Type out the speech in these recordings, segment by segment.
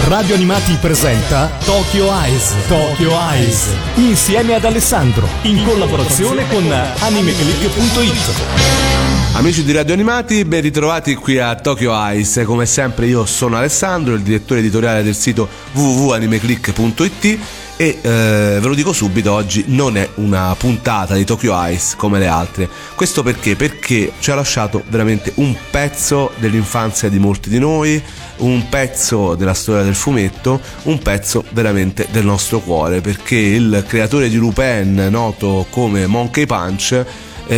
Radio Animati presenta Tokyo Eyes. Tokyo Eyes. Insieme ad Alessandro, in collaborazione con animeclick.it. Amici di Radio Animati, ben ritrovati qui a Tokyo Eyes. Come sempre io sono Alessandro, il direttore editoriale del sito www.animeclick.it e ve lo dico subito, oggi non è una puntata di Tokyo Eyes come le altre. Questo perché ci ha lasciato veramente un pezzo dell'infanzia di molti di noi, un pezzo della storia del fumetto, un pezzo veramente del nostro cuore, perché il creatore di Lupin, noto come Monkey Punch, si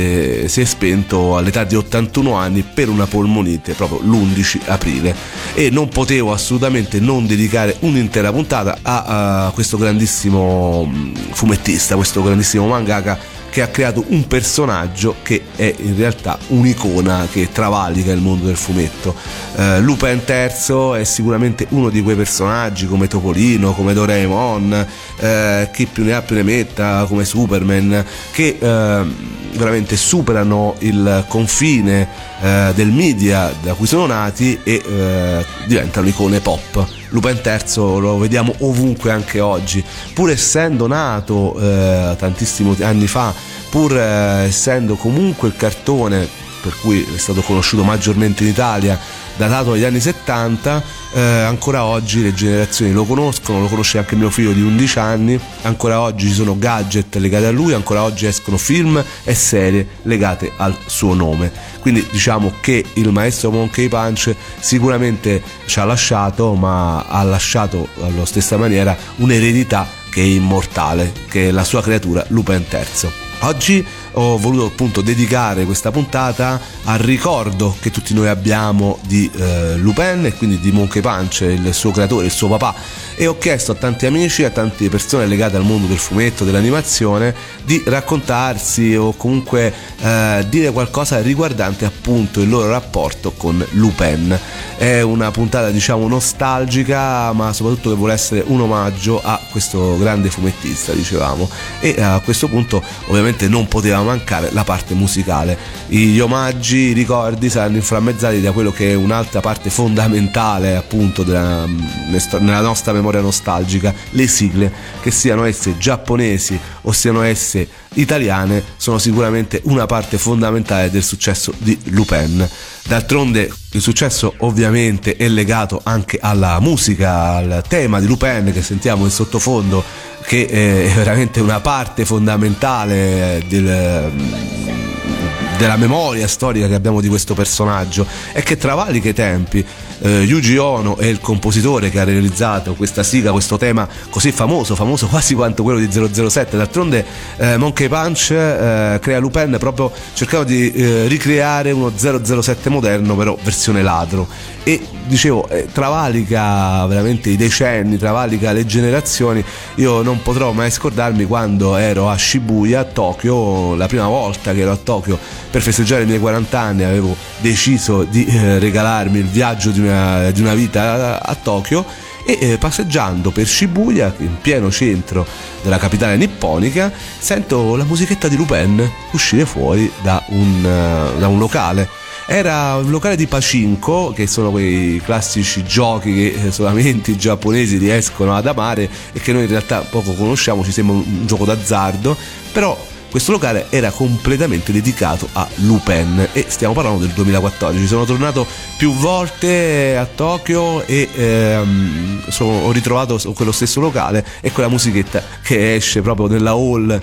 è spento all'età di 81 anni per una polmonite proprio l'11 aprile e non potevo assolutamente non dedicare un'intera puntata a questo grandissimo fumettista, questo grandissimo mangaka che ha creato un personaggio che è in realtà un'icona che travalica il mondo del fumetto. Lupin III è sicuramente uno di quei personaggi come Topolino, come Doraemon, chi più ne ha più ne metta, come Superman, che veramente superano il confine del media da cui sono nati e diventano icone pop. Lupin III lo vediamo ovunque anche oggi, pur essendo nato tantissimi anni fa, pur essendo comunque il cartone per cui è stato conosciuto maggiormente in Italia, datato agli anni 70, ancora oggi le generazioni lo conoscono, lo conosce anche mio figlio di 11 anni, ancora oggi ci sono gadget legati a lui, ancora oggi escono film e serie legate al suo nome. Quindi diciamo che il maestro Monkey Punch sicuramente ci ha lasciato, ma ha lasciato allo stessa maniera un'eredità che è immortale, che è la sua creatura Lupin III. Oggi ho voluto appunto dedicare questa puntata al ricordo che tutti noi abbiamo di Lupin e quindi di Monkey Punch, il suo creatore, il suo papà, e ho chiesto a tanti amici, a tante persone legate al mondo del fumetto, dell'animazione, di raccontarsi o comunque dire qualcosa riguardante appunto il loro rapporto con Lupin. È una puntata diciamo nostalgica, ma soprattutto che vuole essere un omaggio a questo grande fumettista, dicevamo, e a questo punto ovviamente non poteva mancare la parte musicale. Gli omaggi, i ricordi saranno inframmezzati da quello che è un'altra parte fondamentale appunto nella nostra memoria nostalgica, le sigle, che siano esse giapponesi o siano esse italiane, sono sicuramente una parte fondamentale del successo di Lupin. D'altronde il successo ovviamente è legato anche alla musica, al tema di Lupin che sentiamo in sottofondo, che è veramente una parte fondamentale della memoria storica che abbiamo di questo personaggio e che travalica i tempi. Yuji Ono è il compositore che ha realizzato questa sigla, questo tema così famoso quasi quanto quello di 007. D'altronde Monkey Punch crea Lupin proprio cercando di ricreare uno 007 moderno, però versione ladro, e dicevo travalica veramente i decenni, travalica le generazioni. Io non potrò mai scordarmi quando ero a Shibuya, a Tokyo, la prima volta che ero a Tokyo per festeggiare i miei 40 anni. Avevo deciso di regalarmi il viaggio di una vita a Tokyo e passeggiando per Shibuya, in pieno centro della capitale nipponica, sento la musichetta di Lupin uscire fuori da un locale. Era un locale di pachinko, che sono quei classici giochi che solamente i giapponesi riescono ad amare e che noi in realtà poco conosciamo, ci sembra un gioco d'azzardo, però questo locale era completamente dedicato a Lupin e stiamo parlando del 2014. Sono tornato più volte a Tokyo e ho ritrovato quello stesso locale e quella musichetta che esce proprio nella hall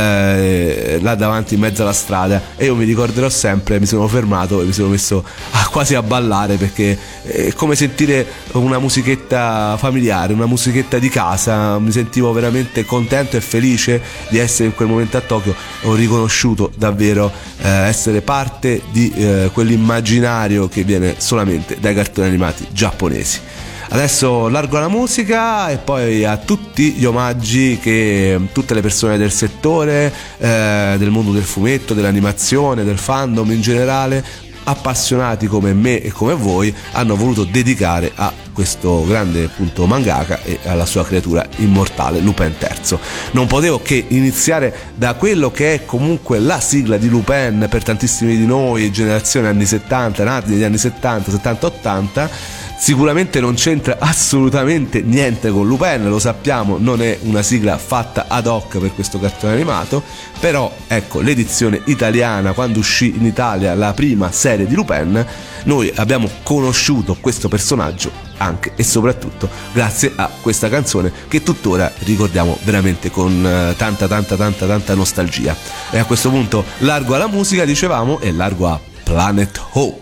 là davanti in mezzo alla strada, e io mi ricorderò sempre, mi sono fermato e mi sono messo quasi a ballare, perché è come sentire una musichetta familiare, una musichetta di casa. Mi sentivo veramente contento e felice di essere in quel momento a Tokyo. Ho riconosciuto davvero essere parte di quell'immaginario che viene solamente dai cartoni animati giapponesi. Adesso largo la musica e poi a tutti gli omaggi che tutte le persone del settore, del mondo del fumetto, dell'animazione, del fandom in generale, appassionati come me e come voi, hanno voluto dedicare a questo grande appunto mangaka e alla sua creatura immortale Lupin III. Non potevo che iniziare da quello che è comunque la sigla di Lupin per tantissimi di noi, generazione anni 70, nati negli anni 70, 70, 80, sicuramente non c'entra assolutamente niente con Lupin, lo sappiamo, non è una sigla fatta ad hoc per questo cartone animato, però ecco, l'edizione italiana, quando uscì in Italia la prima serie di Lupin, noi abbiamo conosciuto questo personaggio anche e soprattutto grazie a questa canzone che tuttora ricordiamo veramente con tanta nostalgia. E a questo punto largo alla musica, dicevamo, e largo a Planet Ho.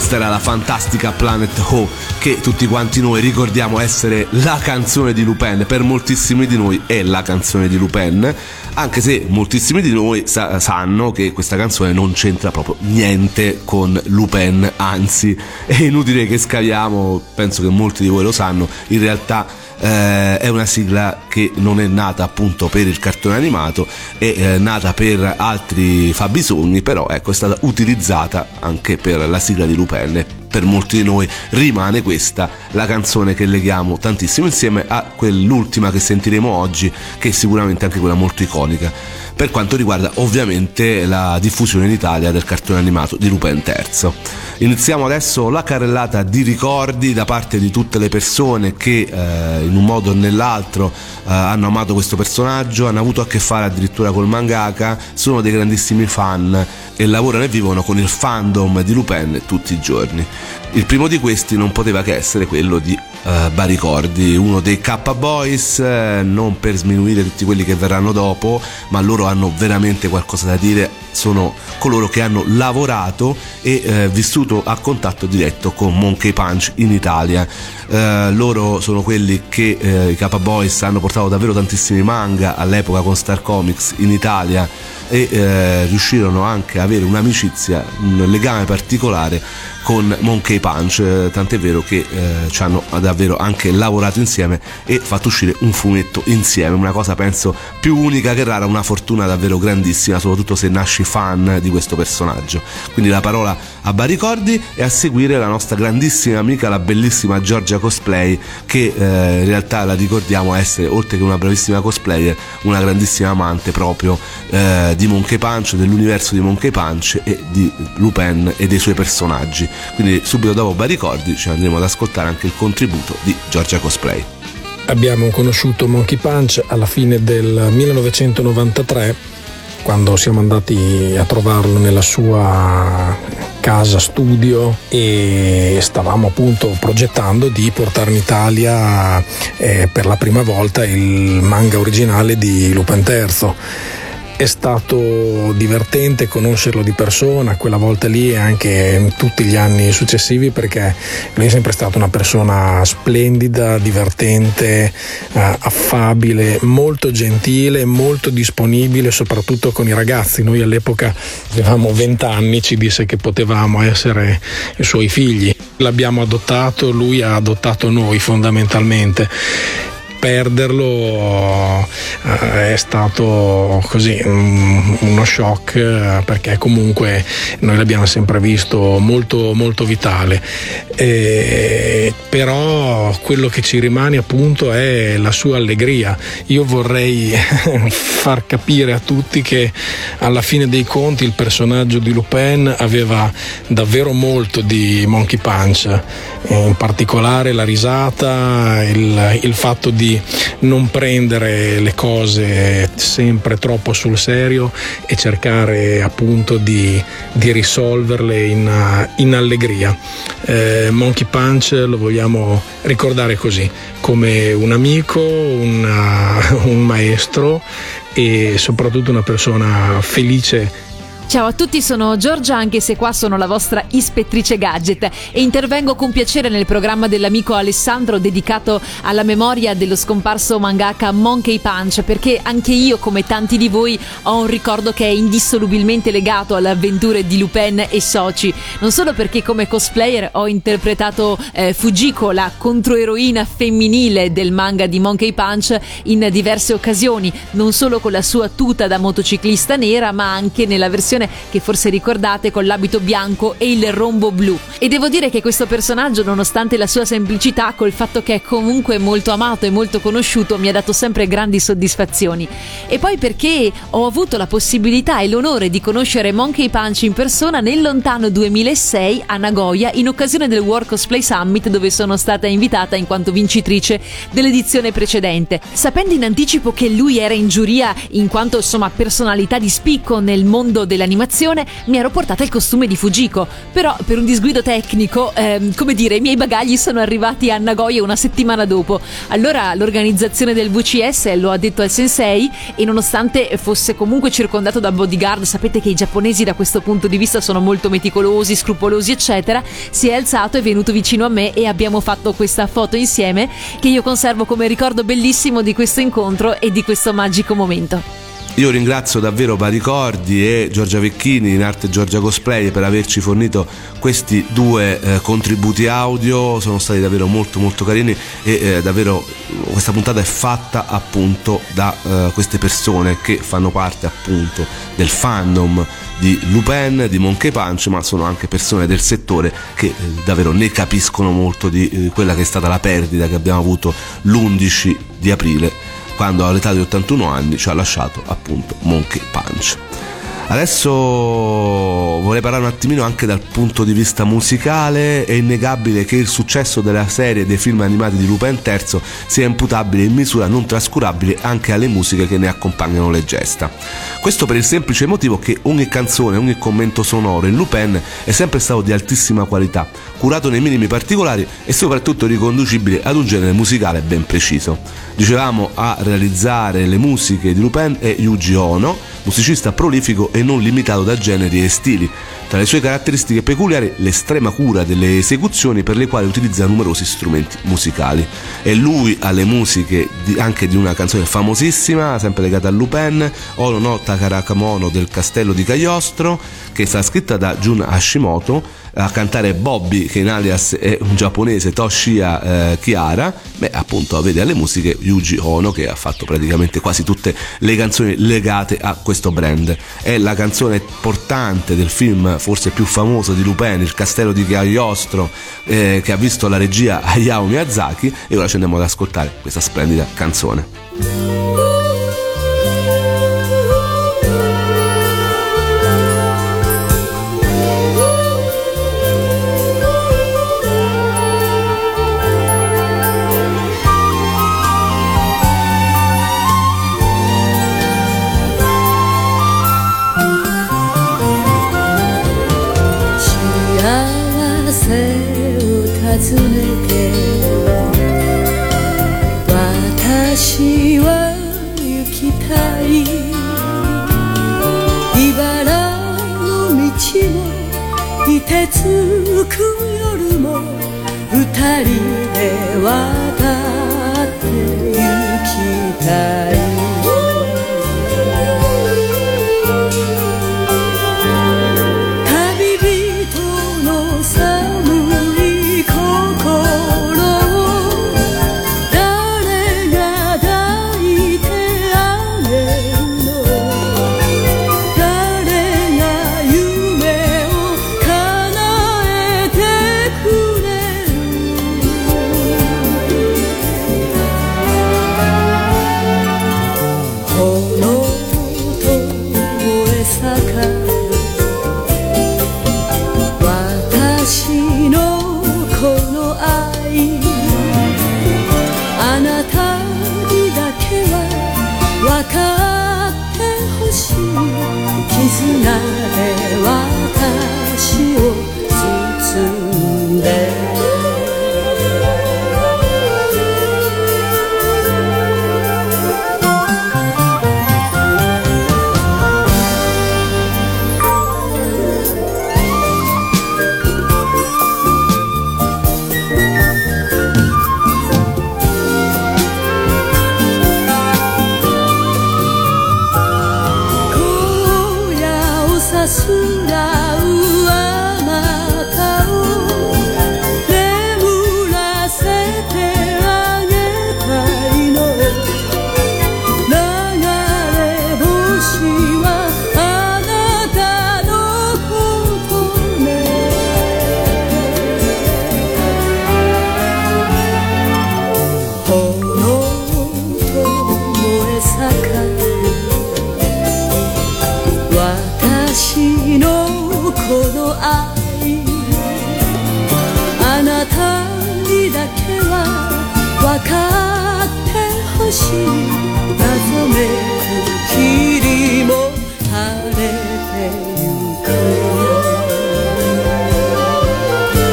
questa era la fantastica Planet Ho, che tutti quanti noi ricordiamo essere la canzone di Lupin. Per moltissimi di noi è la canzone di Lupin, anche se moltissimi di noi sanno che questa canzone non c'entra proprio niente con Lupin, anzi è inutile che scaviamo, penso che molti di voi lo sanno, in realtà è una sigla che non è nata appunto per il cartone animato, è nata per altri fabbisogni, però ecco, è stata utilizzata anche per la sigla di Lupin. Per molti di noi rimane questa la canzone che leghiamo tantissimo, insieme a quell'ultima che sentiremo oggi, che è sicuramente anche quella molto iconica per quanto riguarda ovviamente la diffusione in Italia del cartone animato di Lupin III. Iniziamo adesso la carrellata di ricordi da parte di tutte le persone che in un modo o nell'altro hanno amato questo personaggio, hanno avuto a che fare addirittura col mangaka, sono dei grandissimi fan e lavorano e vivono con il fandom di Lupin tutti i giorni. Il primo di questi non poteva che essere quello di Baricordi, uno dei K-Boys, non per sminuire tutti quelli che verranno dopo, ma loro hanno veramente qualcosa da dire, sono coloro che hanno lavorato e vissuto a contatto diretto con Monkey Punch in Italia. Loro sono quelli che i K-Boys hanno portato davvero tantissimi manga all'epoca con Star Comics in Italia e riuscirono anche a avere un'amicizia, un legame particolare con Monkey Punch, tant'è vero che ci hanno davvero anche lavorato insieme e fatto uscire un fumetto insieme, una cosa penso più unica che rara, una fortuna davvero grandissima, soprattutto se nasci fan di questo personaggio. Quindi la parola a Baricordi e a seguire la nostra grandissima amica, la bellissima Giorgia Cosplay, che in realtà la ricordiamo essere, oltre che una bravissima cosplayer, una grandissima amante proprio di Monkey Punch, dell'universo di Monkey Punch e di Lupin e dei suoi personaggi. Quindi subito dopo Baricordi ci andremo ad ascoltare anche il contributo di Giorgia Cosplay. Abbiamo conosciuto Monkey Punch alla fine del 1993, quando siamo andati a trovarlo nella sua casa studio e stavamo appunto progettando di portare in Italia per la prima volta il manga originale di Lupin III. È stato divertente conoscerlo di persona quella volta lì e anche tutti gli anni successivi, perché lui è sempre stato una persona splendida, divertente, affabile, molto gentile, molto disponibile soprattutto con i ragazzi. Noi all'epoca avevamo 20 anni, ci disse che potevamo essere i suoi figli. L'abbiamo adottato, lui ha adottato noi fondamentalmente. Perderlo è stato così uno shock, perché comunque noi l'abbiamo sempre visto molto molto vitale, però quello che ci rimane appunto è la sua allegria. Io vorrei far capire a tutti che alla fine dei conti il personaggio di Lupin aveva davvero molto di Monkey Punch, in particolare la risata, il fatto di non prendere le cose sempre troppo sul serio e cercare appunto di risolverle in allegria. Monkey Punch lo vogliamo ricordare così, come un amico, un maestro e soprattutto una persona felice. Ciao a tutti, sono Giorgia, anche se qua sono la vostra ispettrice gadget e intervengo con piacere nel programma dell'amico Alessandro dedicato alla memoria dello scomparso mangaka Monkey Punch, perché anche io, come tanti di voi, ho un ricordo che è indissolubilmente legato alle avventure di Lupin e soci, non solo perché come cosplayer ho interpretato Fujiko, la controeroina femminile del manga di Monkey Punch, in diverse occasioni, non solo con la sua tuta da motociclista nera, ma anche nella versione che forse ricordate con l'abito bianco e il rombo blu. E devo dire che questo personaggio, nonostante la sua semplicità, col fatto che è comunque molto amato e molto conosciuto, mi ha dato sempre grandi soddisfazioni. E poi perché ho avuto la possibilità e l'onore di conoscere Monkey Punch in persona nel lontano 2006 a Nagoya, in occasione del World Cosplay Summit, dove sono stata invitata in quanto vincitrice dell'edizione precedente. Sapendo in anticipo che lui era in giuria in quanto insomma personalità di spicco nel mondo dell'animazione, mi ero portata il costume di Fujiko, però per un disguido tecnico, come dire, i miei bagagli sono arrivati a Nagoya una settimana dopo. Allora l'organizzazione del VCS lo ha detto al sensei e nonostante fosse comunque circondato da bodyguard, sapete che i giapponesi da questo punto di vista sono molto meticolosi, scrupolosi eccetera, si è alzato, è venuto vicino a me e abbiamo fatto questa foto insieme che io conservo come ricordo bellissimo di questo incontro e di questo magico momento. Io ringrazio davvero Paricordi e Giorgia Vecchini in arte Giorgia Cosplay per averci fornito questi due contributi audio, sono stati davvero molto molto carini e davvero questa puntata è fatta appunto da queste persone che fanno parte appunto del fandom di Lupin, di Monkey Punch, ma sono anche persone del settore che davvero ne capiscono molto di quella che è stata la perdita che abbiamo avuto l'11 di aprile, quando all'età di 81 anni ci ha lasciato appunto Monkey Punch. Adesso vorrei parlare un attimino anche dal punto di vista musicale. È innegabile che il successo della serie dei film animati di Lupin III sia imputabile in misura non trascurabile anche alle musiche che ne accompagnano le gesta. Questo per il semplice motivo che ogni canzone, ogni commento sonoro in Lupin è sempre stato di altissima qualità, curato nei minimi particolari e soprattutto riconducibile ad un genere musicale ben preciso. Dicevamo, a realizzare le musiche di Lupin è Yuji Ono, musicista prolifico e non limitato da generi e stili. Tra le sue caratteristiche peculiari, l'estrema cura delle esecuzioni per le quali utilizza numerosi strumenti musicali. È lui alle musiche anche di una canzone famosissima, sempre legata a Lupin, Ono no Takarakamono del Castello di Cagliostro, che è stata scritta da Jun Hashimoto. A cantare Bobby, che in alias è un giapponese, Toshiya Chiara, appunto vede alle musiche Yuji Ono, che ha fatto praticamente quasi tutte le canzoni legate a questo brand. È la canzone portante del film forse più famoso di Lupin, Il Castello di Cagliostro, che ha visto la regia Hayao Miyazaki, e ora ci andiamo ad ascoltare questa splendida canzone. 訪ねて私は行きたい茨の道も凍てつく夜も二人で渡って行きたい「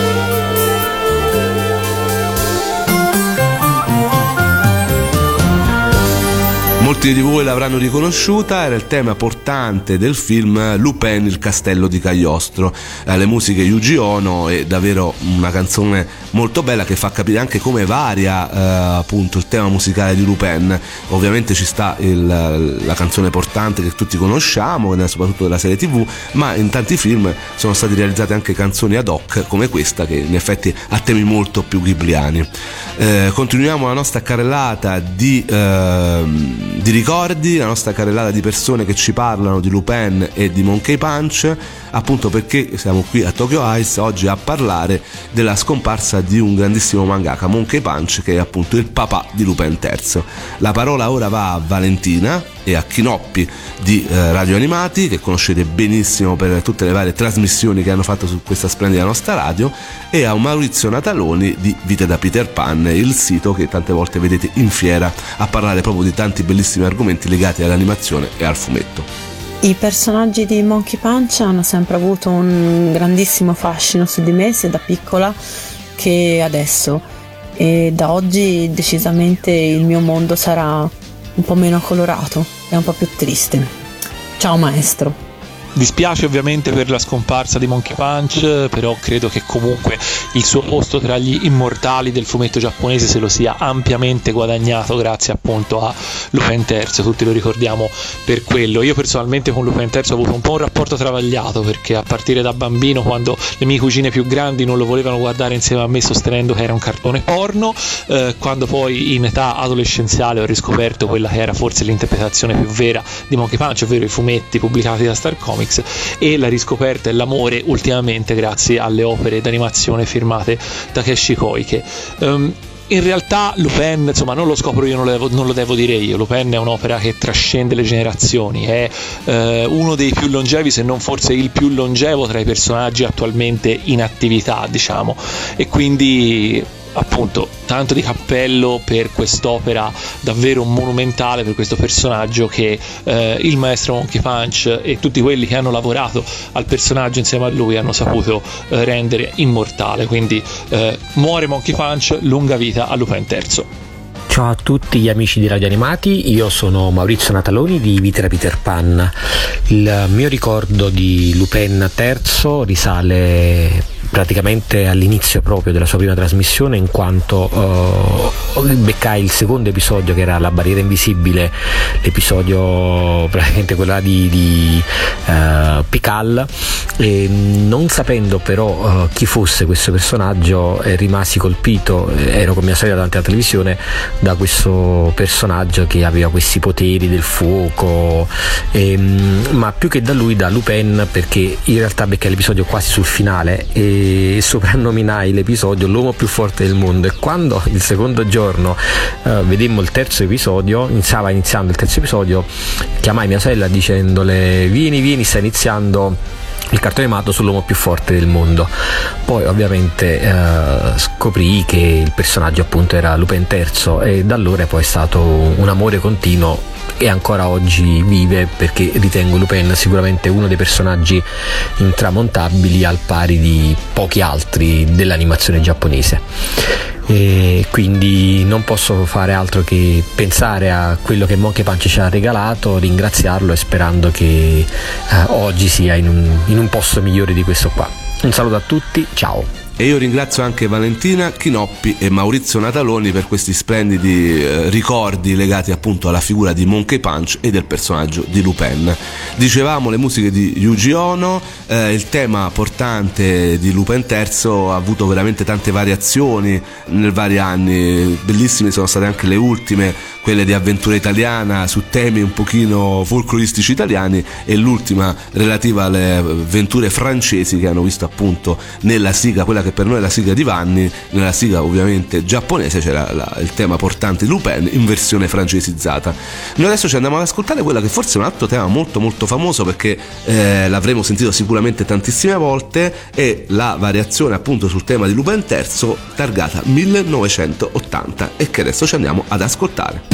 Molti di voi l'avranno riconosciuta, era il tema portante del film Lupin, il castello di Cagliostro. Le musiche Yuji Ono, è davvero una canzone molto bella che fa capire anche come varia appunto il tema musicale di Lupin. Ovviamente ci sta la canzone portante che tutti conosciamo, soprattutto della serie TV, ma in tanti film sono state realizzate anche canzoni ad hoc come questa, che in effetti ha temi molto più ghibliani. Continuiamo la nostra carrellata di ricordi, la nostra carrellata di persone che ci parlano di Lupin e di Monkey Punch, appunto perché siamo qui a Tokyo Ice oggi a parlare della scomparsa di un grandissimo mangaka, Monkey Punch, che è appunto il papà di Lupin III. La parola ora va a Valentina e a Chinoppi di Radio Animati, che conoscete benissimo per tutte le varie trasmissioni che hanno fatto su questa splendida nostra radio, e a Maurizio Nataloni di Vite da Peter Pan, il sito che tante volte vedete in fiera a parlare proprio di tanti bellissimi argomenti legati all'animazione e al fumetto. I personaggi di Monkey Punch hanno sempre avuto un grandissimo fascino su di me, sia da piccola che adesso, e da oggi decisamente il mio mondo sarà un po' meno colorato e un po' più triste. Ciao maestro. Dispiace ovviamente per la scomparsa di Monkey Punch, però credo che comunque il suo posto tra gli immortali del fumetto giapponese se lo sia ampiamente guadagnato grazie appunto a Lupin III, tutti lo ricordiamo per quello. Io personalmente con Lupin III ho avuto un po' un rapporto travagliato, perché a partire da bambino, quando le mie cugine più grandi non lo volevano guardare insieme a me sostenendo che era un cartone porno, quando poi in età adolescenziale ho riscoperto quella che era forse l'interpretazione più vera di Monkey Punch, ovvero i fumetti pubblicati da Star Comics, e la riscoperta e l'amore ultimamente grazie alle opere d'animazione firmate Takeshi Koike. In realtà Lupin, insomma, non lo scopro io, non lo devo dire io. Lupin è un'opera che trascende le generazioni, è uno dei più longevi, se non forse il più longevo tra i personaggi attualmente in attività, diciamo, e quindi appunto tanto di cappello per quest'opera davvero monumentale, per questo personaggio che il maestro Monkey Punch e tutti quelli che hanno lavorato al personaggio insieme a lui hanno saputo rendere immortale. Quindi muore Monkey Punch, lunga vita a Lupin III. Ciao a tutti gli amici di Radio Animati, io sono Maurizio Nataloni di Vite da Peter Pan. Il mio ricordo di Lupin III risale praticamente all'inizio proprio della sua prima trasmissione, in quanto beccai il secondo episodio, che era La barriera invisibile, l'episodio praticamente quella di Pikal, e non sapendo però chi fosse questo personaggio rimasi colpito, ero con mia sorella davanti alla televisione, da questo personaggio che aveva questi poteri del fuoco, ma più che da lui, da Lupin, perché in realtà beccai l'episodio quasi sul finale e soprannominai l'episodio l'uomo più forte del mondo. E quando il secondo giorno vedemmo il terzo episodio, stava iniziando il terzo episodio, chiamai mia sorella dicendole vieni, sta iniziando il cartone animato sull'uomo più forte del mondo. Poi ovviamente scoprì che il personaggio appunto era Lupin III, e da allora poi è stato un amore continuo e ancora oggi vive, perché ritengo Lupin sicuramente uno dei personaggi intramontabili al pari di pochi altri dell'animazione giapponese. E quindi non posso fare altro che pensare a quello che Monkey Punch ci ha regalato, ringraziarlo e sperando che oggi sia in un posto migliore di questo qua. Un saluto a tutti, ciao. E io ringrazio anche Valentina Chinoppi e Maurizio Nataloni per questi splendidi ricordi legati appunto alla figura di Monkey Punch e del personaggio di Lupin. Dicevamo le musiche di Yuji Ono, il tema portante di Lupin III ha avuto veramente tante variazioni nei vari anni, bellissime sono state anche le ultime, quelle di Avventura Italiana su temi un pochino folcloristici italiani, e l'ultima relativa alle avventure francesi che hanno visto appunto nella sigla, quella che per noi è la sigla di Vanni, nella sigla ovviamente giapponese c'era il tema portante di Lupin in versione francesizzata. Noi adesso ci andiamo ad ascoltare quella che forse è un altro tema molto molto famoso, perché l'avremo sentito sicuramente tantissime volte, è la variazione appunto sul tema di Lupin III targata 1980, e che adesso ci andiamo ad ascoltare.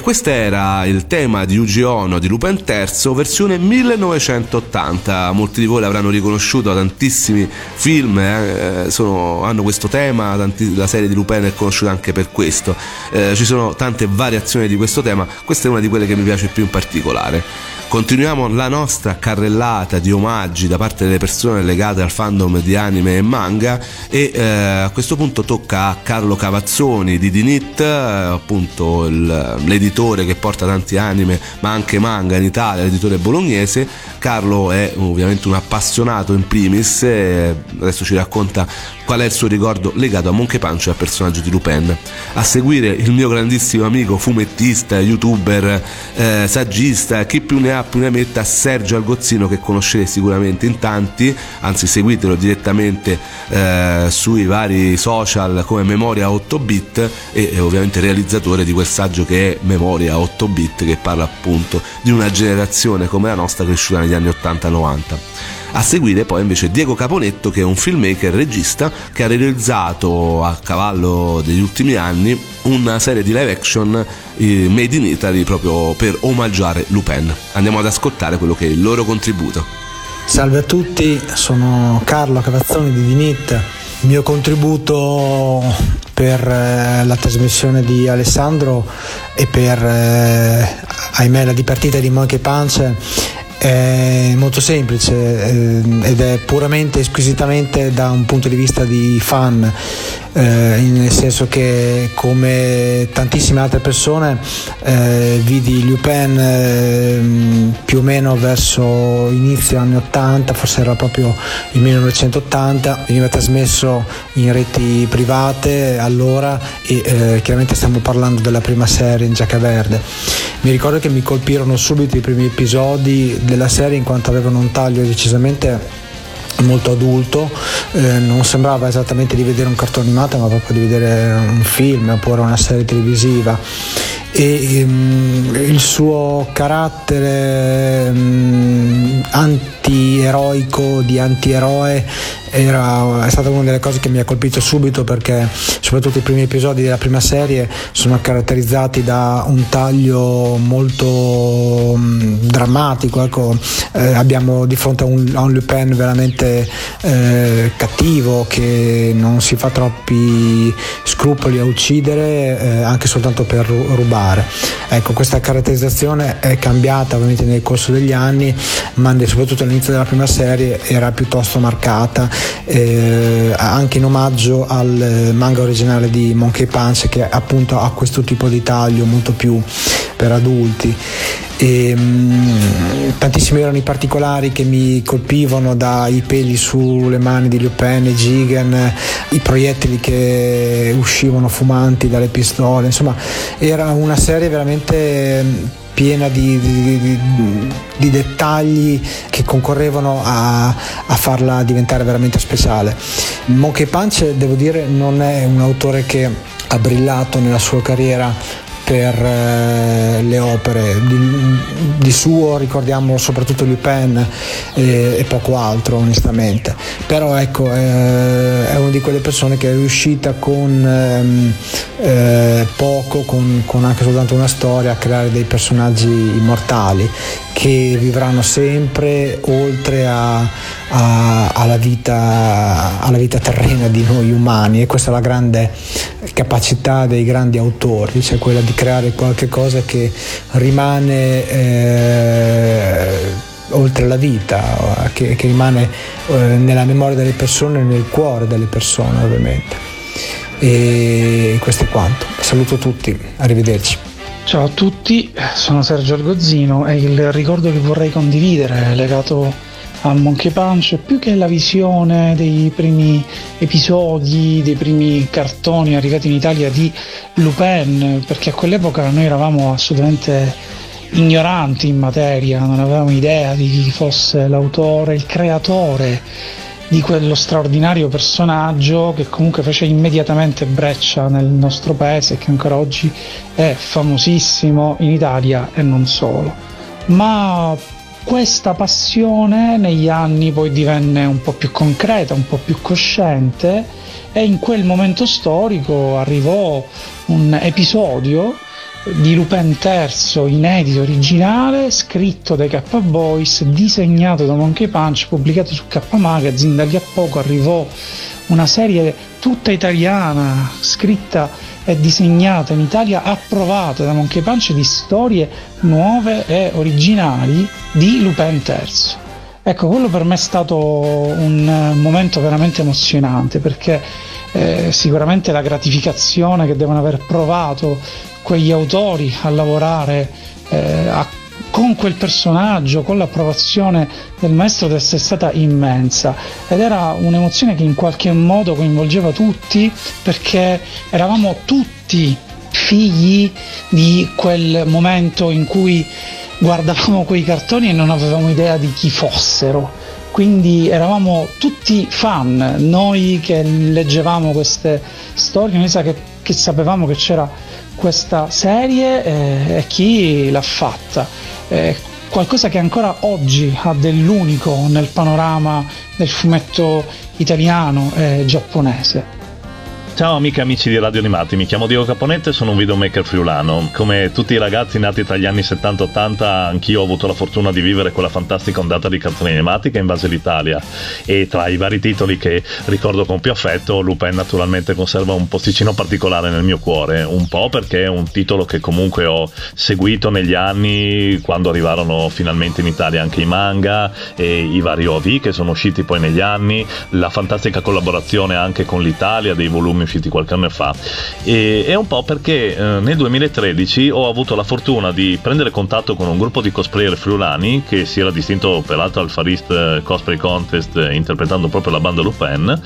Questo era il tema di Yuji Ono di Lupin III, versione 1980. Molti di voi l'avranno riconosciuto, tantissimi film hanno questo tema, la serie di Lupin è conosciuta anche per questo. Ci sono tante variazioni di questo tema, questa è una di quelle che mi piace più in particolare. Continuiamo la nostra carrellata di omaggi da parte delle persone legate al fandom di anime e manga e a questo punto tocca a Carlo Cavazzoni di Dinit, appunto l'editore che porta tanti anime ma anche manga in Italia, l'editore bolognese. Carlo è ovviamente un appassionato in primis e adesso ci racconta qual è il suo ricordo legato a Monkey Punch e al personaggio di Lupin. A seguire il mio grandissimo amico fumettista, youtuber, saggista, chi più ne ha più ne metta, Sergio Algozzino, che conoscete sicuramente in tanti, anzi seguitelo direttamente sui vari social come Memoria 8-bit e ovviamente realizzatore di quel saggio che è Memoria 8-bit, che parla appunto di una generazione come la nostra cresciuta negli anni 80-90. A seguire poi invece Diego Caponetto, che è un filmmaker regista che ha realizzato a cavallo degli ultimi anni una serie di live action made in Italy proprio per omaggiare Lupin. Andiamo ad ascoltare quello che è il loro contributo. Salve a tutti, sono Carlo Cavazzoni di Dinit. Il mio contributo per la trasmissione di Alessandro e per ahimè la dipartita di Monkey Punch è molto semplice ed è puramente squisitamente da un punto di vista di fan, nel senso che come tantissime altre persone vidi Lupin più o meno verso inizio anni 80, forse era proprio il 1980, veniva trasmesso in reti private allora e chiaramente stiamo parlando della prima serie in giacca verde. Mi ricordo che mi colpirono subito i primi episodi della serie in quanto avevano un taglio decisamente molto adulto, non sembrava esattamente di vedere un cartone animato ma proprio di vedere un film oppure una serie televisiva e il suo carattere antieroico, di antieroe è stata una delle cose che mi ha colpito subito, perché soprattutto i primi episodi della prima serie sono caratterizzati da un taglio molto drammatico, ecco. Abbiamo di fronte a un Lupin veramente cattivo, che non si fa troppi scrupoli a uccidere anche soltanto per rubare. Ecco, questa caratterizzazione è cambiata ovviamente nel corso degli anni, ma soprattutto all'inizio della prima serie era piuttosto marcata, anche in omaggio al manga originale di Monkey Punch, che appunto ha questo tipo di taglio molto più per adulti. Tantissimi erano i particolari che mi colpivano, dai peli sulle mani di Lupin e Jigen, i proiettili che uscivano fumanti dalle pistole, insomma era una serie veramente piena di dettagli che concorrevano a farla diventare veramente speciale. Monkey Punch, devo dire, non è un autore che ha brillato nella sua carriera per le opere. Di suo ricordiamo soprattutto Lupin e poco altro, onestamente, però ecco, è una di quelle persone che è riuscita con poco, con anche soltanto una storia, a creare dei personaggi immortali che vivranno sempre oltre alla vita terrena di noi umani, e questa è la grande capacità dei grandi autori, cioè quella di creare qualche cosa che rimane oltre la vita, che rimane nella memoria delle persone e nel cuore delle persone, ovviamente. E questo è quanto. Saluto tutti, arrivederci. Ciao a tutti, sono Sergio Algozzino e il ricordo che vorrei condividere legato a Monkey Punch, più che la visione dei primi episodi, dei primi cartoni arrivati in Italia di Lupin, perché a quell'epoca noi eravamo assolutamente ignoranti in materia, non avevamo idea di chi fosse l'autore, il creatore di quello straordinario personaggio che comunque fece immediatamente breccia nel nostro paese e che ancora oggi è famosissimo in Italia e non solo. Ma questa passione negli anni poi divenne un po' più concreta, un po' più cosciente, e in quel momento storico arrivò un episodio di Lupin III, inedito, originale, scritto dai K Boys, disegnato da Monkey Punch, pubblicato su K Magazine. Da lì a poco arrivò una serie tutta italiana, scritta e disegnata in Italia, approvata da Monkey Punch, di storie nuove e originali di Lupin III. Ecco, quello per me è stato un momento veramente emozionante, perché sicuramente la gratificazione che devono aver provato quegli autori a lavorare con quel personaggio, con l'approvazione del maestro, deve essere stata immensa, ed era un'emozione che in qualche modo coinvolgeva tutti, perché eravamo tutti figli di quel momento in cui guardavamo quei cartoni e non avevamo idea di chi fossero, quindi eravamo tutti fan, noi che leggevamo queste storie, noi che sapevamo che c'era questa serie e chi l'ha fatta, qualcosa che ancora oggi ha dell'unico nel panorama del fumetto italiano e giapponese. Ciao amiche e amici di Radio Animati, mi chiamo Diego Caponette e sono un videomaker friulano. Come tutti i ragazzi nati tra gli anni 70-80, anch'io ho avuto la fortuna di vivere quella fantastica ondata di cartoni animati che invase l'Italia, e tra i vari titoli che ricordo con più affetto, Lupin naturalmente conserva un posticino particolare nel mio cuore, un po' perché è un titolo che comunque ho seguito negli anni, quando arrivarono finalmente in Italia anche i manga e i vari OV che sono usciti poi negli anni, la fantastica collaborazione anche con l'Italia dei volumi usciti qualche anno fa, e un po' perché nel 2013 ho avuto la fortuna di prendere contatto con un gruppo di cosplayer friulani che si era distinto peraltro al Far East Cosplay Contest interpretando proprio la banda Lupin,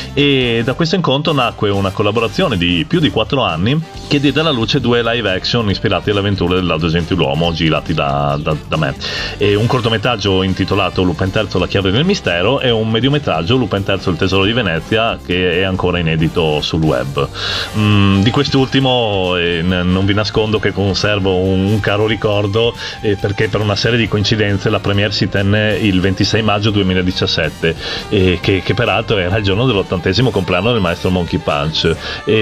e da questo incontro nacque una collaborazione di più di 4 anni che diede alla luce 2 live action ispirati alle avventure del laudo gentiluomo girati da me, e un cortometraggio intitolato Lupin III la chiave del mistero e un mediometraggio Lupin III il tesoro di Venezia, che è ancora inedito sul web. Di quest'ultimo non vi nascondo che conservo un caro ricordo, perché per una serie di coincidenze la premiere si tenne il 26 maggio 2017, che peraltro era il giorno dell'80° compleanno del maestro Monkey Punch,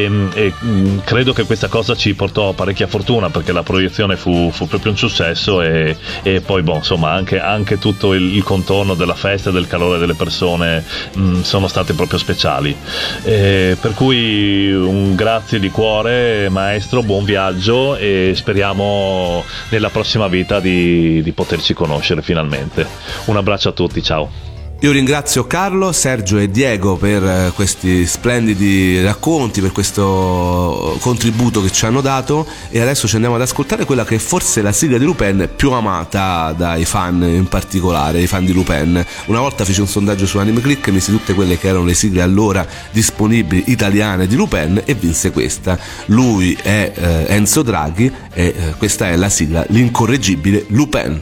e credo che questa cosa ci portò parecchia fortuna, perché la proiezione fu proprio un successo, e poi insomma anche tutto il contorno della festa e del calore delle persone sono state proprio speciali, per cui un grazie di cuore maestro, buon viaggio, e speriamo nella prossima vita di poterci conoscere finalmente. Un abbraccio a tutti, ciao. Io ringrazio Carlo, Sergio e Diego per questi splendidi racconti, per questo contributo che ci hanno dato, e adesso ci andiamo ad ascoltare quella che è forse la sigla di Lupin più amata dai fan, in particolare i fan di Lupin. Una volta feci un sondaggio su Anime Click, misi tutte quelle che erano le sigle allora disponibili italiane di Lupin e vinse questa. Lui è Enzo Draghi e questa è la sigla, l'incorreggibile Lupin.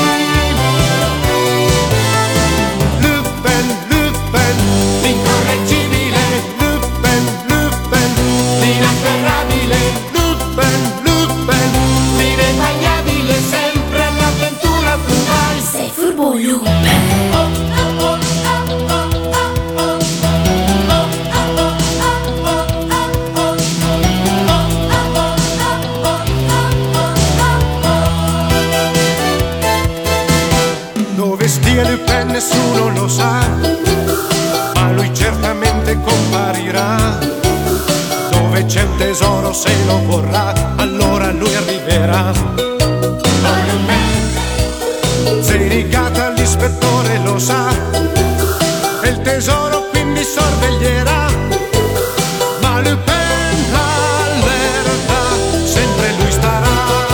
Lupin, l'incorreggibile. mi sorveglierà, ma Lupin allerta, sempre lui starà.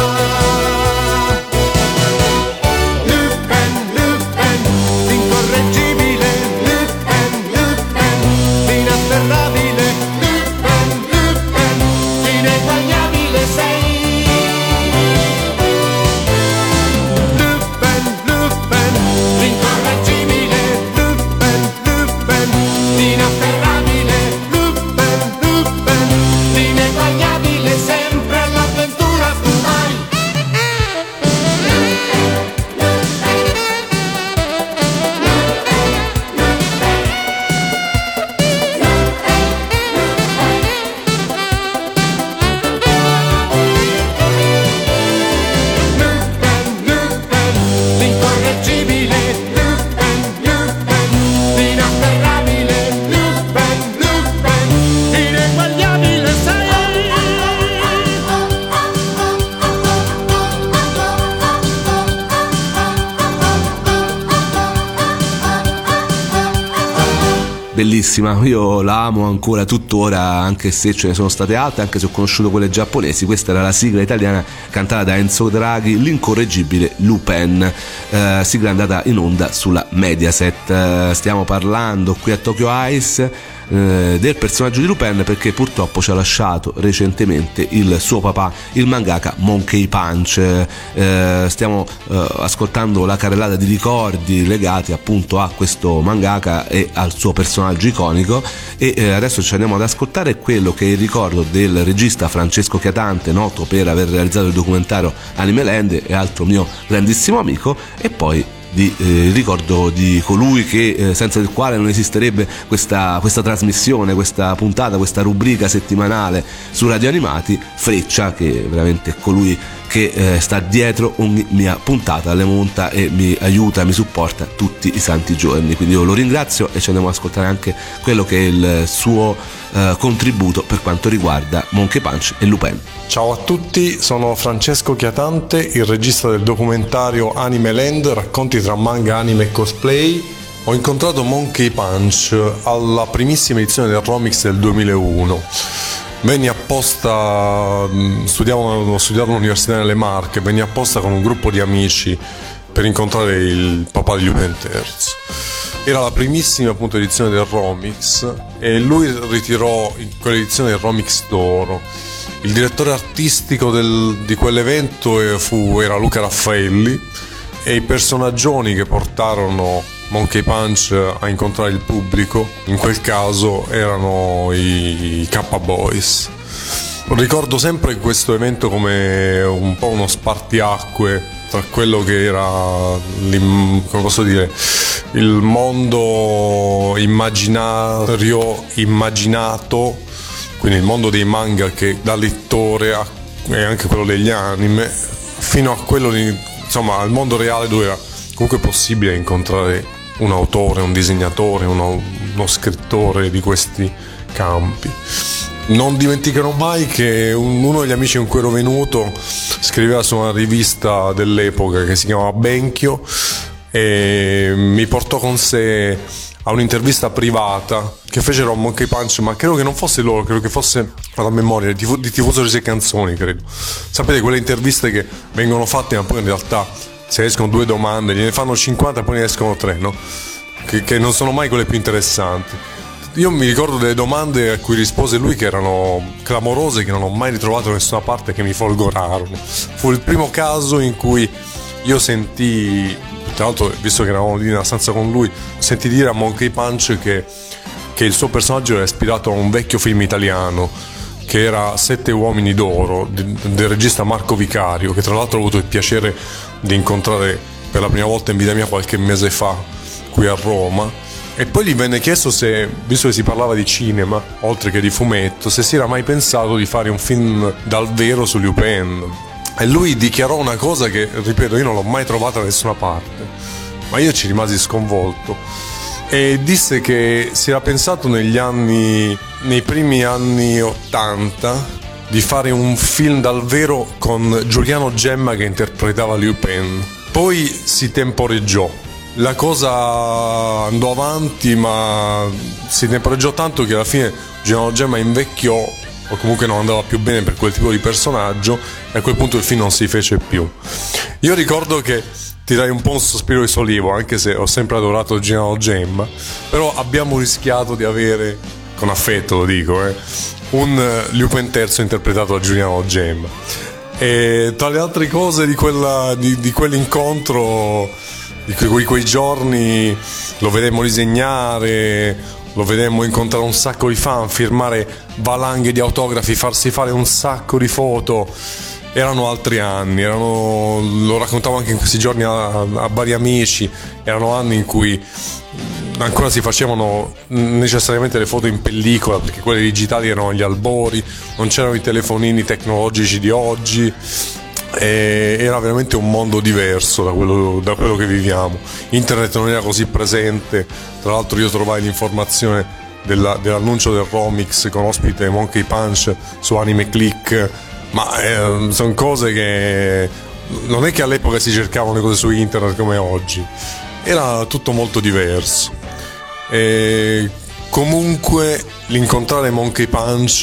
Lupin, Lupin, l'incorreggibile, Lupin, Lupin, l'inafferrabile, Lupin, Lupin, l'ineguagliabile sei. Lupin, Lupin, l'incorreggibile, Lupin, Lupin, l'inafferrabile, Lupin, Lupin, l'ineguagliabile, sempre all'avventura tu vai. L'incorreggibile, Lupin, Lupin, l'inafferrabile, Lupin, Lupin, l'ineguagliabile sei. Bellissima, io la amo ancora tuttora, anche se ce ne sono state altre, anche se ho conosciuto quelle giapponesi. Questa era la sigla italiana cantata da Enzo Draghi, l'incorreggibile Lupin, sigla andata in onda sulla Mediaset. Stiamo parlando qui a Tokyo Ice del personaggio di Lupin perché purtroppo ci ha lasciato recentemente il suo papà, il mangaka Monkey Punch. Stiamo ascoltando la carrellata di ricordi legati appunto a questo mangaka e al suo personaggio iconico, e adesso ci andiamo ad ascoltare quello che è il ricordo del regista Francesco Chiatante, noto per aver realizzato il documentario Anime Land e altro mio grandissimo amico, e poi il ricordo di colui che senza il quale non esisterebbe questa trasmissione, questa puntata, questa rubrica settimanale su Radio Animati, Freccia, che è veramente colui che sta dietro ogni mia puntata, le monta e mi aiuta, mi supporta tutti i santi giorni. Quindi io lo ringrazio e ci andiamo ad ascoltare anche quello che è il suo contributo per quanto riguarda Monkey Punch e Lupin. Ciao a tutti, sono Francesco Chiatante, il regista del documentario Anime Land, racconti tra manga, anime e cosplay. Ho incontrato Monkey Punch alla primissima edizione del Romix del 2001. Venni apposta, ho studiato all'Università delle Marche, venni apposta con un gruppo di amici per incontrare il papà di Lupin III. Era la primissima appunto edizione del Romix e lui ritirò in quell'edizione del Romix d'oro. Il direttore artistico di quell'evento era Luca Raffaelli, e i personaggioni che portarono Monkey Punch a incontrare il pubblico in quel caso erano i K-Boys. Ricordo sempre questo evento come un po' uno spartiacque tra quello che era, come posso dire, il mondo immaginario, immaginato, quindi il mondo dei manga che da lettore e anche quello degli anime, fino a quello al mondo reale dove era comunque possibile incontrare un autore, un disegnatore, uno scrittore di questi campi. Non dimenticherò mai che uno degli amici con cui ero venuto scriveva su una rivista dell'epoca che si chiamava Benchio e mi portò con sé a un'intervista privata che fecero a Monkey Punch, ma credo che non fosse loro, credo che fosse alla memoria di Tifoso di 6 canzoni, credo. Sapete quelle interviste che vengono fatte ma poi in realtà se escono 2 domande gliene fanno 50 e poi ne escono 3, no? Che non sono mai quelle più interessanti. Io mi ricordo delle domande a cui rispose lui che erano clamorose, che non ho mai ritrovato da nessuna parte, che mi folgorarono. Fu il primo caso in cui io sentì, tra l'altro visto che eravamo lì nella stanza con lui, sentì dire a Monkey Punch che il suo personaggio era ispirato a un vecchio film italiano che era 7 uomini d'oro del regista Marco Vicario, che tra l'altro ho avuto il piacere di incontrare per la prima volta in vita mia qualche mese fa qui a Roma. E poi gli venne chiesto se, visto che si parlava di cinema oltre che di fumetto, se si era mai pensato di fare un film dal vero su Lupin. E lui dichiarò una cosa che, ripeto, io non l'ho mai trovata da nessuna parte, ma io ci rimasi sconvolto, e disse che si era pensato nei primi anni 80 di fare un film dal vero con Giuliano Gemma che interpretava Lupin. Poi si temporeggiò, la cosa andò avanti, ma si temporeggiò tanto che alla fine Gennaro Gemma invecchiò, o comunque non andava più bene per quel tipo di personaggio, e a quel punto il film non si fece più. Io ricordo che tirai un po' un sospiro di sollievo, anche se ho sempre adorato Gennaro Gemma, però abbiamo rischiato di avere, con affetto lo dico, un Lupin III interpretato da Giuliano Gemma. E tra le altre cose di quell'incontro, di quei giorni, lo vedemmo disegnare, lo vedemmo incontrare un sacco di fan, firmare valanghe di autografi, farsi fare un sacco di foto. Erano altri anni, lo raccontavo anche in questi giorni a vari amici, erano anni in cui ancora si facevano necessariamente le foto in pellicola, perché quelle digitali erano agli albori, non c'erano i telefonini tecnologici di oggi, e era veramente un mondo diverso da quello che viviamo. Internet non era così presente, tra l'altro io trovai l'informazione dell'annuncio del Romix con ospite Monkey Punch su Anime Click, ma sono cose che non è che all'epoca si cercavano le cose su internet come oggi, era tutto molto diverso. E comunque l'incontrare Monkey Punch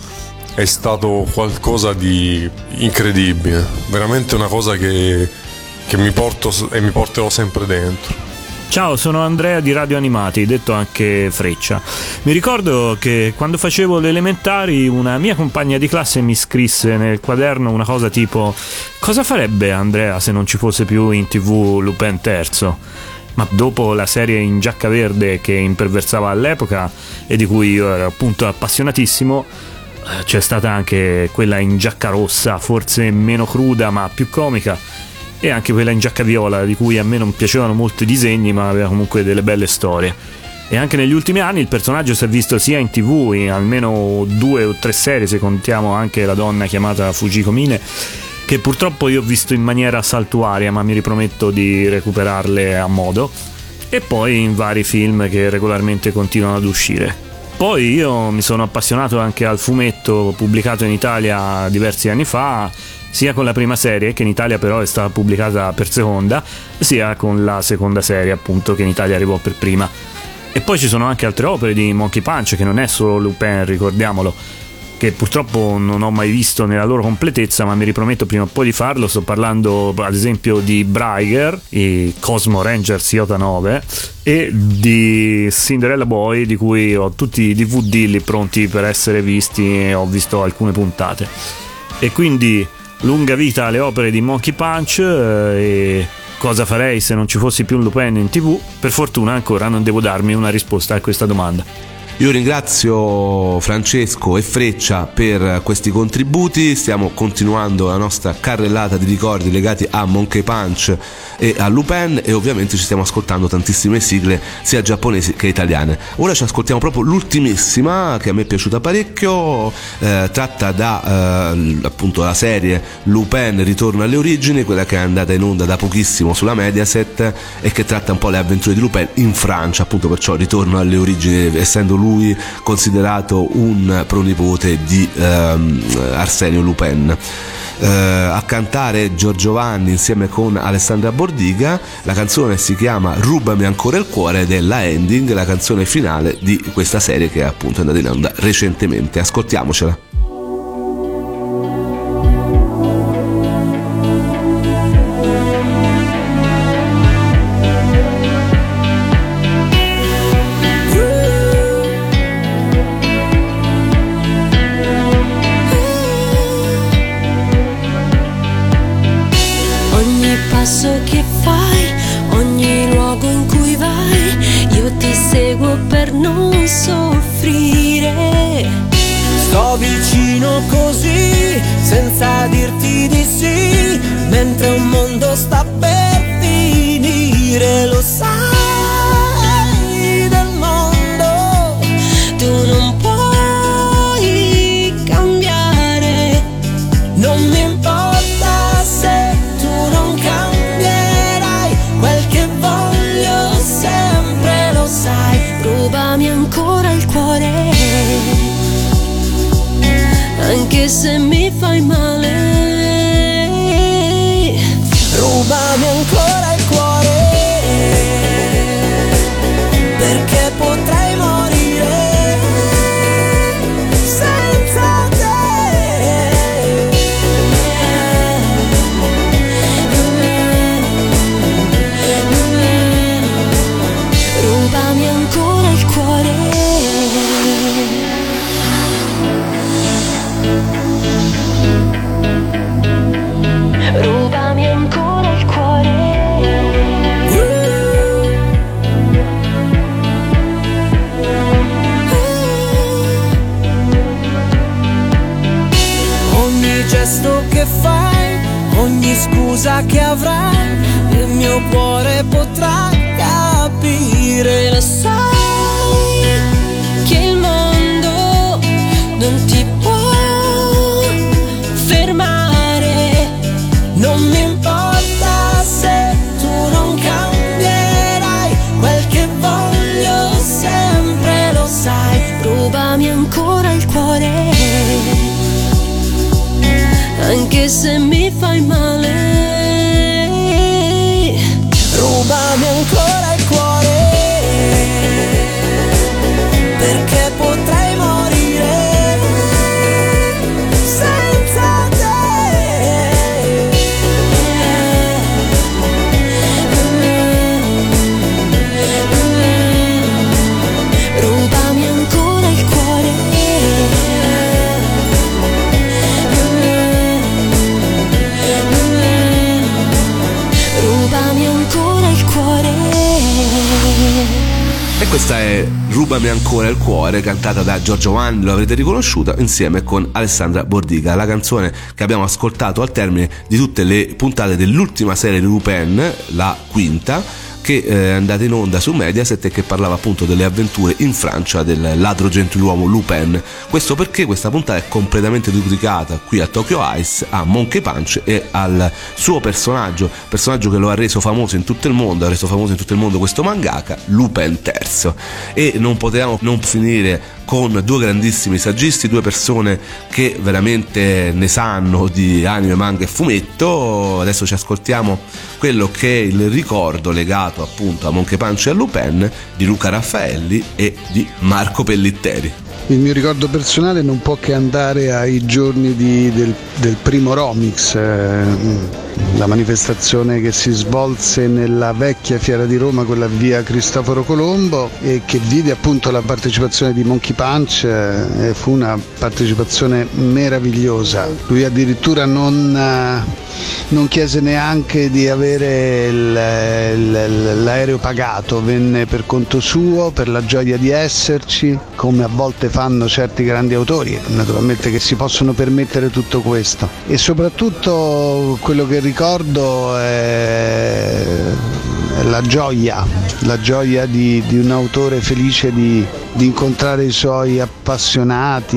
è stato qualcosa di incredibile, veramente una cosa che mi porto e mi porterò sempre dentro. Ciao, sono Andrea di Radio Animati, detto anche Freccia. Mi ricordo che quando facevo le elementari una mia compagna di classe mi scrisse nel quaderno una cosa tipo: cosa farebbe Andrea se non ci fosse più in TV Lupin III? Ma dopo la serie in giacca verde che imperversava all'epoca e di cui io ero appunto appassionatissimo, c'è stata anche quella in giacca rossa, forse meno cruda ma più comica, e anche quella in giacca viola, di cui a me non piacevano molto i disegni, ma aveva comunque delle belle storie. E anche negli ultimi anni il personaggio si è visto sia in TV, in almeno 2 o 3 serie, se contiamo anche La donna chiamata Fujiko Mine, che purtroppo io ho visto in maniera saltuaria, ma mi riprometto di recuperarle a modo, e poi in vari film che regolarmente continuano ad uscire. Poi io mi sono appassionato anche al fumetto pubblicato in Italia diversi anni fa, sia con la prima serie, che in Italia però è stata pubblicata per seconda, sia con la seconda serie, appunto, che in Italia arrivò per prima. E poi ci sono anche altre opere di Monkey Punch, che non è solo Lupin, ricordiamolo, che purtroppo non ho mai visto nella loro completezza, ma mi riprometto prima o poi di farlo. Sto parlando ad esempio di Braiger, i Cosmo Rangers Iota 9, e di Cinderella Boy, di cui ho tutti i DVD lì pronti per essere visti e ho visto alcune puntate. E quindi lunga vita alle opere di Monkey Punch, e cosa farei se non ci fossi più un Lupin in TV? Per fortuna ancora non devo darmi una risposta a questa domanda. Io ringrazio Francesco e Freccia per questi contributi. Stiamo continuando la nostra carrellata di ricordi legati a Monkey Punch e a Lupin, e ovviamente ci stiamo ascoltando tantissime sigle sia giapponesi che italiane. Ora ci ascoltiamo proprio l'ultimissima, che a me è piaciuta parecchio, tratta da appunto la serie Lupin Ritorno alle origini, quella che è andata in onda da pochissimo sulla Mediaset e che tratta un po' le avventure di Lupin in Francia, appunto, perciò Ritorno alle origini, essendo lui considerato un pronipote di Arsenio Lupin. A cantare Giorgio Vanni insieme con Alessandra Bordiga. La canzone si chiama Rubami ancora il cuore ed è la ending, la canzone finale di questa serie che è appunto andata in onda recentemente. Ascoltiamocela. Passo che fai, ogni luogo in cui vai, io ti seguo per non soffrire. Sto vicino così, senza dirti di sì, mentre un mondo sta per finire. Lo sai del mondo, tu non puoi cambiare. Non mi importa se tu non cambierai, quel che voglio sempre lo sai. Rubami ancora il cuore, anche se mi fai male. Rubami ancora il cuore, perché potrei morire che fai, ogni scusa che avrai, il mio cuore potrà capire. Lo sai che il mondo non ti può fermare, non mi importa se tu non cambierai, quel che voglio sempre lo sai. Rubami ancora il cuore, anche se mi fai male. Rubami ancora il cuore, perché potrei morire senza te. Rubami ancora il cuore, rubami ancora il cuore. E questa è Rubami ancora il cuore, cantata da Giorgio Vanni, lo avrete riconosciuta, insieme con Alessandra Bordiga, la canzone che abbiamo ascoltato al termine di tutte le puntate dell'ultima serie di Lupin, la quinta, che è andata in onda su Mediaset e che parlava appunto delle avventure in Francia del ladro gentiluomo Lupin. Questo perché questa puntata è completamente dedicata qui a Tokyo Ice, a Monkey Punch e al suo personaggio che lo ha reso famoso in tutto il mondo, questo mangaka, Lupin III. E non potevamo non finire con due grandissimi saggisti, due persone che veramente ne sanno di anime, manga e fumetto. Adesso ci ascoltiamo quello che è il ricordo legato appunto a Monkey Punch e a Lupin di Luca Raffaelli e di Marco Pellitteri. Il mio ricordo personale non può che andare ai giorni del primo Romix, la manifestazione che si svolse nella vecchia Fiera di Roma, quella via Cristoforo Colombo, e che vide appunto la partecipazione di Monkey Punch. Fu una partecipazione meravigliosa. Lui addirittura non chiese neanche di avere l'aereo pagato, venne per conto suo, per la gioia di esserci, come a volte fanno certi grandi autori, naturalmente, che si possono permettere tutto questo. E soprattutto quello che ricordo è la gioia di un autore felice di incontrare i suoi appassionati,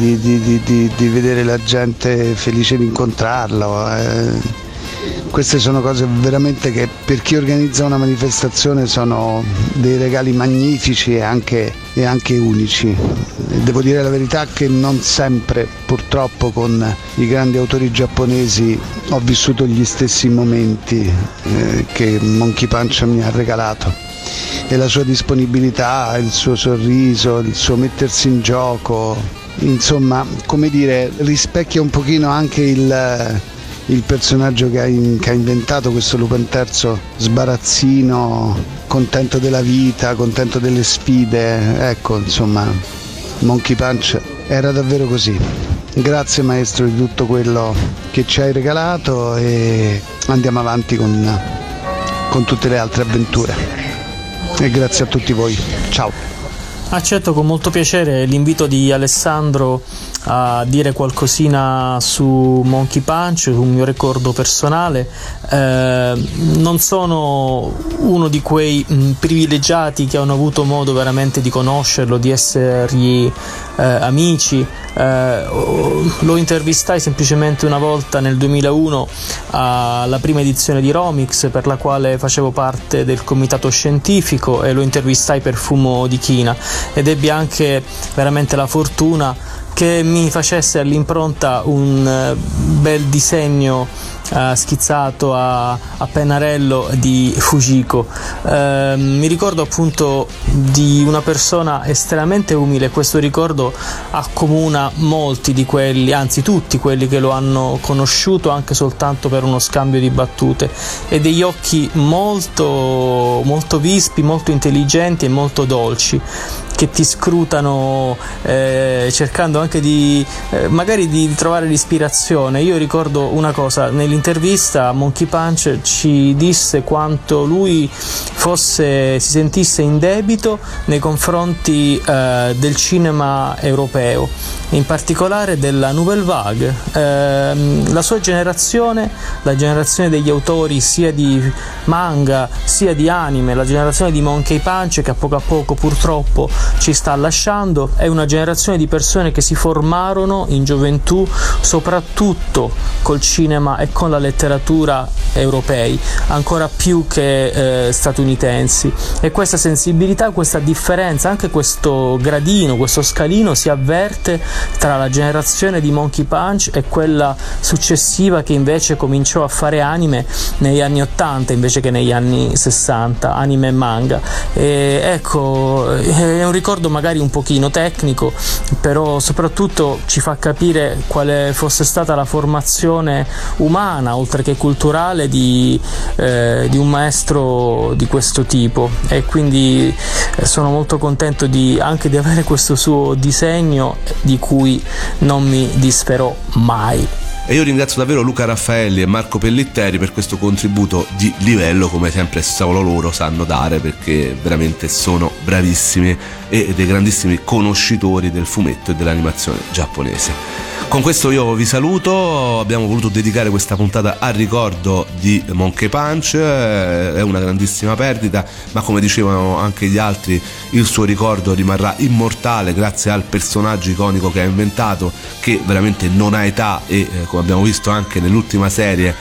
di vedere la gente felice di incontrarlo. Queste sono cose veramente che per chi organizza una manifestazione sono dei regali magnifici e anche unici. Devo dire la verità che non sempre, purtroppo, con i grandi autori giapponesi ho vissuto gli stessi momenti che Monkey Punch mi ha regalato. E la sua disponibilità, il suo sorriso, il suo mettersi in gioco, insomma, come dire, rispecchia un pochino anche il personaggio che ha inventato, questo Lupin III sbarazzino, contento della vita, contento delle sfide. Ecco, insomma, Monkey Punch era davvero così. Grazie maestro di tutto quello che ci hai regalato, e andiamo avanti con tutte le altre avventure. E grazie a tutti voi. Ciao. Accetto con molto piacere l'invito di Alessandro a dire qualcosina su Monkey Punch, un mio ricordo personale. Non sono uno di quei privilegiati che hanno avuto modo veramente di conoscerlo, di essergli amici. Lo intervistai semplicemente una volta nel 2001 alla prima edizione di Romix, per la quale facevo parte del comitato scientifico, e lo intervistai per Fumo di China, ed ebbi anche veramente la fortuna che mi facesse all'impronta un bel disegno schizzato a pennarello di Fujiko. Mi ricordo appunto di una persona estremamente umile. Questo ricordo accomuna molti di quelli, anzi tutti quelli che lo hanno conosciuto anche soltanto per uno scambio di battute, e degli occhi molto, molto vispi, molto intelligenti e molto dolci, che ti scrutano cercando anche di magari di trovare l'ispirazione. Io ricordo una cosa, nell'intervista Monkey Punch ci disse quanto lui si sentisse in debito nei confronti del cinema europeo, in particolare della Nouvelle Vague. La sua generazione, la generazione degli autori sia di manga sia di anime, la generazione di Monkey Punch, che a poco purtroppo ci sta lasciando, è una generazione di persone che si formarono in gioventù soprattutto col cinema e con la letteratura europei, ancora più che statunitensi, e questa sensibilità, questa differenza, anche questo gradino, questo scalino si avverte tra la generazione di Monkey Punch e quella successiva che invece cominciò a fare anime negli anni 80 invece che negli anni 60, anime e manga. E ecco, è un ricordo magari un pochino tecnico, però soprattutto ci fa capire quale fosse stata la formazione umana oltre che culturale di un maestro di questo tipo, e quindi sono molto contento anche di avere questo suo disegno di cui non mi disferò mai. E io ringrazio davvero Luca Raffaelli e Marco Pellitteri per questo contributo di livello, come sempre solo loro sanno dare, perché veramente sono bravissimi e dei grandissimi conoscitori del fumetto e dell'animazione giapponese. Con questo io vi saluto, abbiamo voluto dedicare questa puntata al ricordo di Monkey Punch, è una grandissima perdita, ma come dicevano anche gli altri il suo ricordo rimarrà immortale grazie al personaggio iconico che ha inventato, che veramente non ha età, e come abbiamo visto anche nell'ultima serie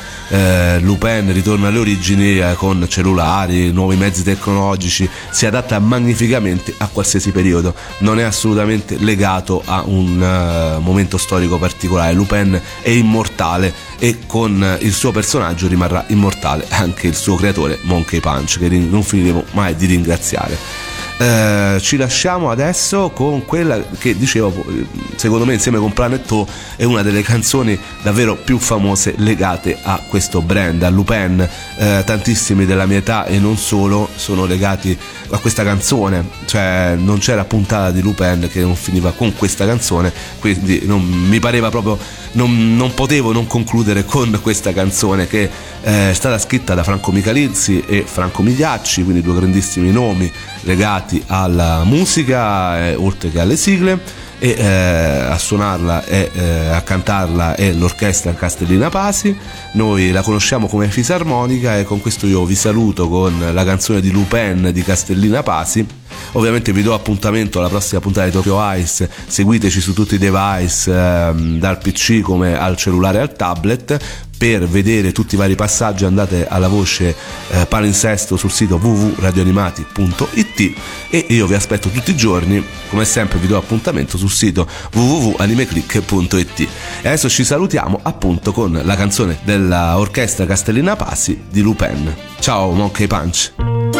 Lupin ritorna alle origini con cellulari, nuovi mezzi tecnologici, si adatta magnificamente a qualsiasi periodo, non è assolutamente legato a un momento storico particolare. Lupin è immortale e con il suo personaggio rimarrà immortale anche il suo creatore Monkey Punch, che non finiremo mai di ringraziare. Ci lasciamo adesso con quella che dicevo, secondo me insieme con Planet O è una delle canzoni davvero più famose legate a questo brand, a Lupin. Tantissimi della mia età e non solo sono legati a questa canzone, cioè non c'era puntata di Lupin che non finiva con questa canzone, quindi mi pareva proprio, non potevo non concludere con questa canzone, che è stata scritta da Franco Michalizzi e Franco Migliacci, quindi due grandissimi nomi legati alla musica oltre che alle sigle, e a suonarla e a cantarla è l'orchestra Castellina Pasi. Noi la conosciamo come fisarmonica, e con questo io vi saluto con la canzone di Lupin di Castellina Pasi. Ovviamente vi do appuntamento alla prossima puntata di Tokyo Ice, seguiteci su tutti i device, dal PC come al cellulare e al tablet. Per vedere tutti i vari passaggi andate alla voce palinsesto sul sito www.radioanimati.it, e io vi aspetto tutti i giorni, come sempre vi do appuntamento sul sito www.animeclick.it. E adesso ci salutiamo appunto con la canzone della orchestra Castellina Pasi di Lupin. Ciao Monkey Punch.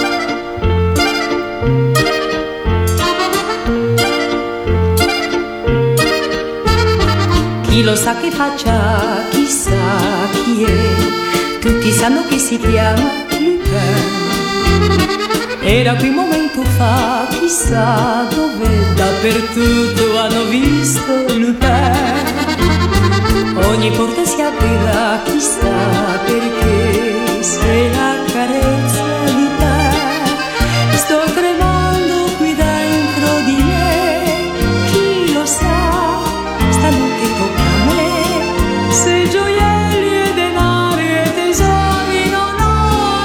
Chi lo sa che faccia, chissà chi è, tutti sanno che si chiama Lupin. Era qui un momento fa, chissà dove, dappertutto hanno visto Lupin. Ogni porta si aprirà, chissà perché, se la carezza Lupin. Sto tremando qui dentro di me, chi lo sa, stanotte tocca a me. Se gioielli e denari e tesori non ho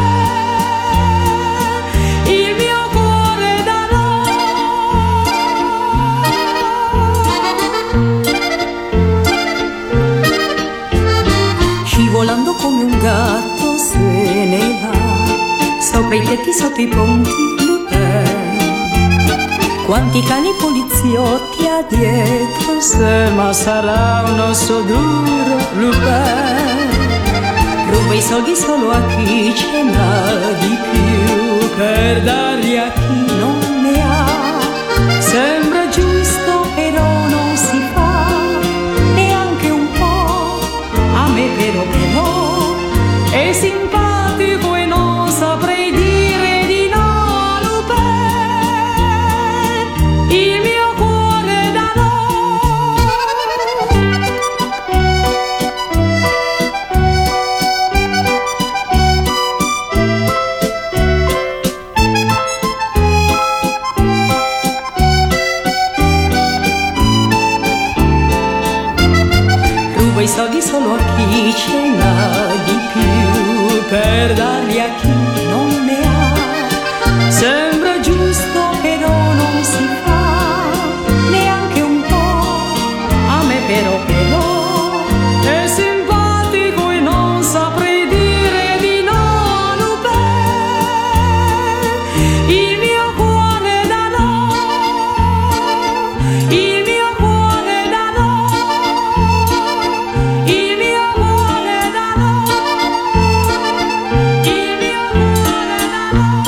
Lupin, il mio cuore darò. Scivolando come un gatto se ne va, sopra i tetti, sotto i ponti, Lupin. Quanti cani poliziotti ha dietro sé, ma sarà un osso duro Lupin. Ruba i soldi solo a chi ce n'ha di più, per darli a chi non ne ha. Sembra giusto però non si fa, neanche un po', a me però è simpatico e non saprei dire di no a Lupin. solo a chi ce n'ha di più per darli a chi non ne ha. Sembra giusto però non si fa neanche un po', a me però è simpatico e non saprei dire di no, il mio cuore da no, il mio cuore da no, il mio cuore da no, il mio cuore da no.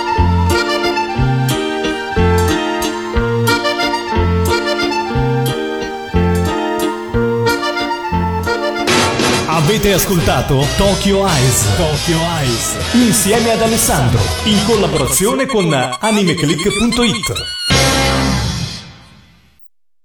Avete ascoltato Tokyo Eyes. Tokyo Eyes insieme ad Alessandro in collaborazione con animeclick.it.